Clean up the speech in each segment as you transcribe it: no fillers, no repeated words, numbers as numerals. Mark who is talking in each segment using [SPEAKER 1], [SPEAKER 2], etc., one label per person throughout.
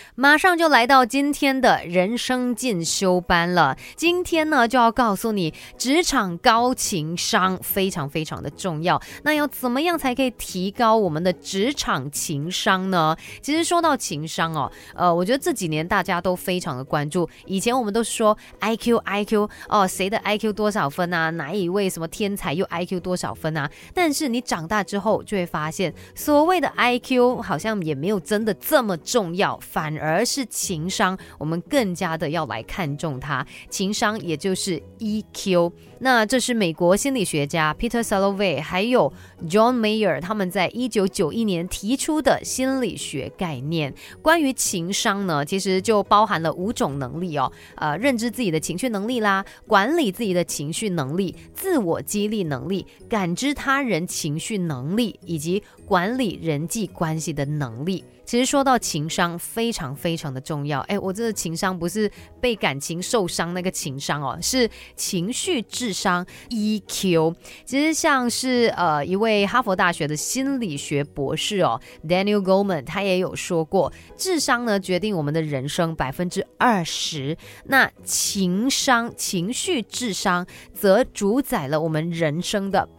[SPEAKER 1] 马上就来到今天的人生进修班了。今天呢，就要告诉你，职场高情商非常非常的重要。那要怎么样才可以提高我们的职场情商呢？其实说到情商我觉得这几年大家都非常的关注。以前我们都说 IQ 谁的 IQ 多少分啊？哪一位什么天才又 IQ 多少分啊？但是你长大之后就会发现，所谓的 IQ 好像也没有真的这么重要，反而是情商，我们更加的要来看重它。情商也就是 EQ。那这是美国心理学家 Peter Salovey 还有 John Mayer 他们在1991年提出的心理学概念。关于情商呢，其实就包含了5种能力认知自己的情绪能力啦，管理自己的情绪能力，自我激励能力，感知他人情绪能力，以及管理人际关系的能力。其实说到情商非常非常的重要，我这个情商不是被感情受伤那个情商是情绪智商 EQ。 其实像是一位哈佛大学的心理学博士Daniel Goleman 他也有说过，智商呢决定我们的人生 20%， 那情绪智商则主宰了我们人生的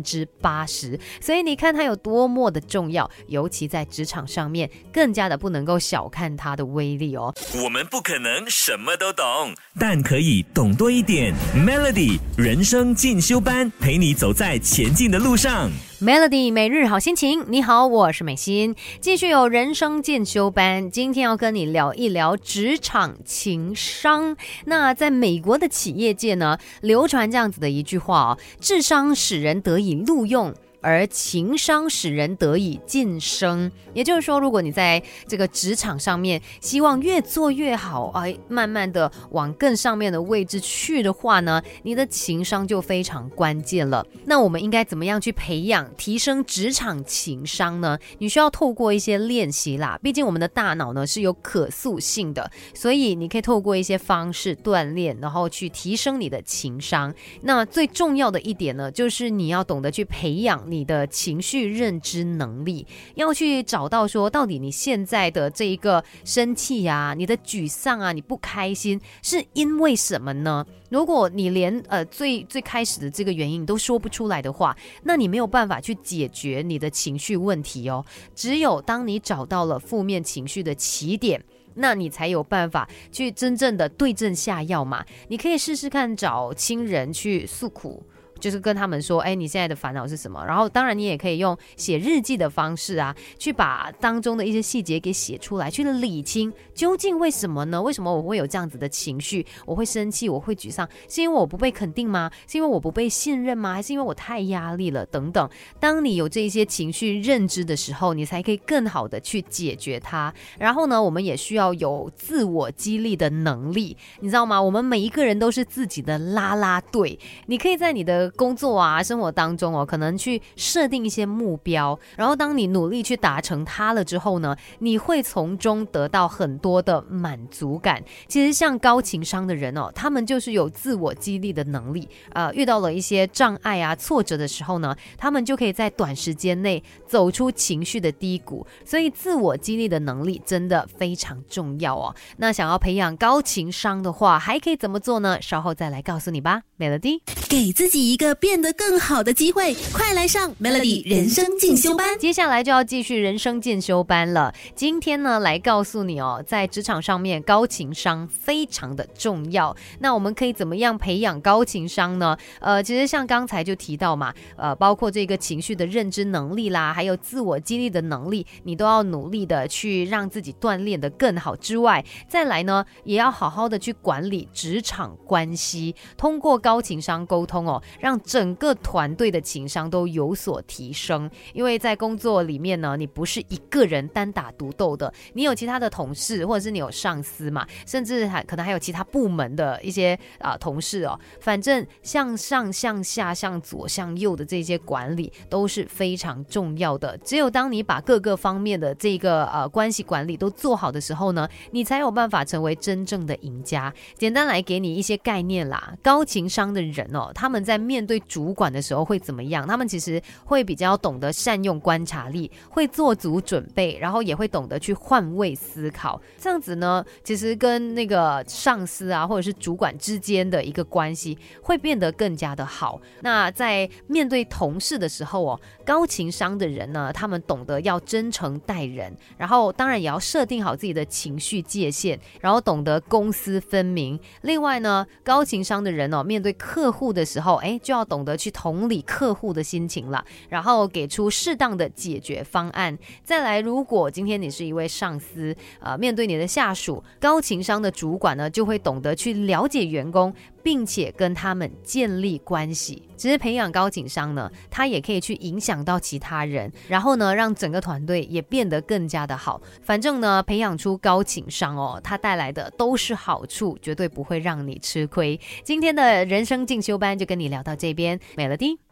[SPEAKER 1] 80%。 所以你看它有多么的重要，尤其在职场上面更加的不能够小看它的威力
[SPEAKER 2] 我们不可能什么都懂，但可以懂多一点。 Melody 人生进修班，陪你走在前进的路上。
[SPEAKER 1] Melody 每日好心情，你好，我是美心，继续有人生进修班。今天要跟你聊一聊职场情商。那在美国的企业界呢，流传这样子的一句话智商使人得以录用，而情商使人得以晋升。也就是说，如果你在这个职场上面希望越做越好，慢慢的往更上面的位置去的话呢，你的情商就非常关键了。那我们应该怎么样去培养提升职场情商呢？你需要透过一些练习啦，毕竟我们的大脑呢是有可塑性的，所以你可以透过一些方式锻炼，然后去提升你的情商。那最重要的一点呢，就是你要懂得去培养你的情绪认知能力，要去找到说到底你现在的这一个生气啊，你的沮丧啊，你不开心是因为什么呢？如果你连最开始的这个原因都说不出来的话，那你没有办法去解决你的情绪问题只有当你找到了负面情绪的起点，那你才有办法去真正的对症下药嘛。你可以试试看找亲人去诉苦，就是跟他们说你现在的烦恼是什么，然后当然你也可以用写日记的方式去把当中的一些细节给写出来，去理清究竟为什么呢？为什么我会有这样子的情绪？我会生气，我会沮丧，是因为我不被肯定吗？是因为我不被信任吗？还是因为我太压力了？等等。当你有这些情绪认知的时候，你才可以更好的去解决它。然后呢，我们也需要有自我激励的能力，你知道吗？我们每一个人都是自己的啦啦队，你可以在你的工作生活当中可能去设定一些目标，然后当你努力去达成它了之后呢，你会从中得到很多的满足感。其实像高情商的人他们就是有自我激励的能力，遇到了一些障碍挫折的时候呢，他们就可以在短时间内走出情绪的低谷。所以自我激励的能力真的非常重要那想要培养高情商的话，还可以怎么做呢？稍后再来告诉你吧。 Melody
[SPEAKER 3] 给自己一个变得更好的机会，快来上 Melody 人生进修班。
[SPEAKER 1] 接下来就要继续人生进修班了。今天呢，来告诉你在职场上面高情商非常的重要。那我们可以怎么样培养高情商呢？其实像刚才就提到嘛，包括这个情绪的认知能力啦，还有自我激励的能力，你都要努力的去让自己锻炼的更好之外，再来呢，也要好好的去管理职场关系，通过高情商沟通让整个团队的情商都有所提升。因为在工作里面呢，你不是一个人单打独斗的，你有其他的同事，或者是你有上司嘛，甚至可能还有其他部门的一些同事反正向上向下向左向右的这些管理都是非常重要的。只有当你把各个方面的这个关系管理都做好的时候呢，你才有办法成为真正的赢家。简单来给你一些概念啦，高情商的人他们在面面对主管的时候会怎么样？他们其实会比较懂得善用观察力，会做足准备，然后也会懂得去换位思考。这样子呢，其实跟那个上司啊，或者是主管之间的一个关系会变得更加的好。那在面对同事的时候哦，高情商的人呢，他们懂得要真诚待人，然后当然也要设定好自己的情绪界限，然后懂得公私分明。另外呢，高情商的人哦，面对客户的时候，就要懂得去同理客户的心情了，然后给出适当的解决方案。再来，如果今天你是一位上司，面对你的下属，高情商的主管呢，就会懂得去了解员工，并且跟他们建立关系。其实培养高情商呢，它也可以去影响到其他人，然后呢，让整个团队也变得更加的好。反正呢，培养出高情商哦，它带来的都是好处，绝对不会让你吃亏。今天的人生进修班就跟你聊到这边，Melody。